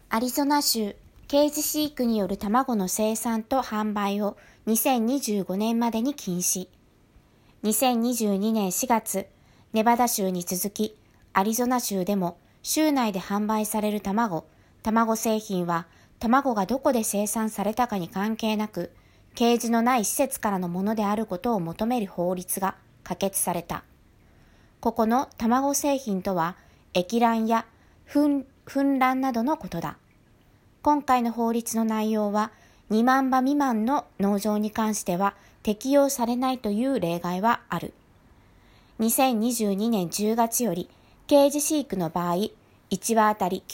アリゾナ州ケージ飼育による卵の生産と販売を2025年までに禁止。2022年4月、ネバダ州に続き、アリゾナ州でも州内で販売される卵製品は卵がどこで生産されたかに関係なく、ケージのない施設からのものであることを求める法律が可決された。ここの卵製品とは、液卵や粉卵などのことだ。今回の法律の内容は、2万羽未満の農場に関しては適用されないという例外はある。2022年10月より、ケージ飼育の場合、1羽あたり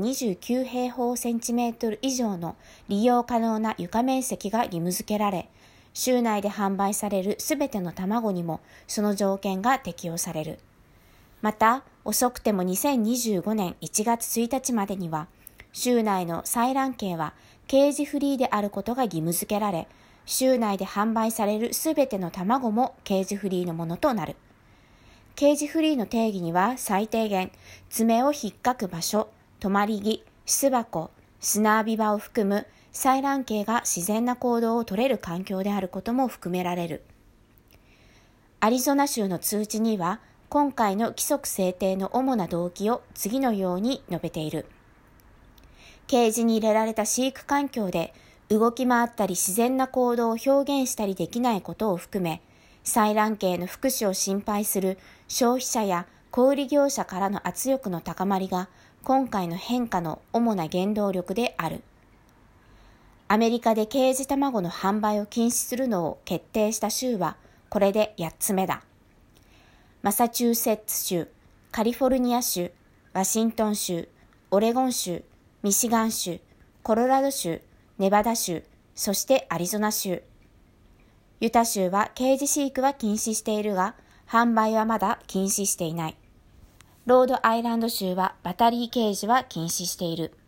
929平方センチメートル以上の利用可能な床面積が義務付けられ、州内で販売されるすべての卵にもその条件が適用される。また、遅くても2025年1月1日までには、州内の採卵系はケージフリーであることが義務付けられ、州内で販売されるすべての卵もケージフリーのものとなる。ケージフリーの定義には最低限、爪を引っかく場所、止まり木、巣箱、砂浴び場を含む採卵系が自然な行動を取れる環境であることも含められる。アリゾナ州の通知には、今回の規則制定の主な動機を次のように述べている。ケージに入れられた飼育環境で動き回ったり自然な行動を表現したりできないことを含め、採卵系の福祉を心配する消費者や小売業者からの圧力の高まりが今回の変化の主な原動力である。アメリカでケージ卵の販売を禁止するのを決定した州はこれで8つ目だ。マサチューセッツ州、カリフォルニア州、ワシントン州、オレゴン州、ミシガン州、コロラド州、ネバダ州、そしてアリゾナ州。ユタ州はケージ飼育は禁止しているが、販売はまだ禁止していない。ロードアイランド州はバタリーケージは禁止している。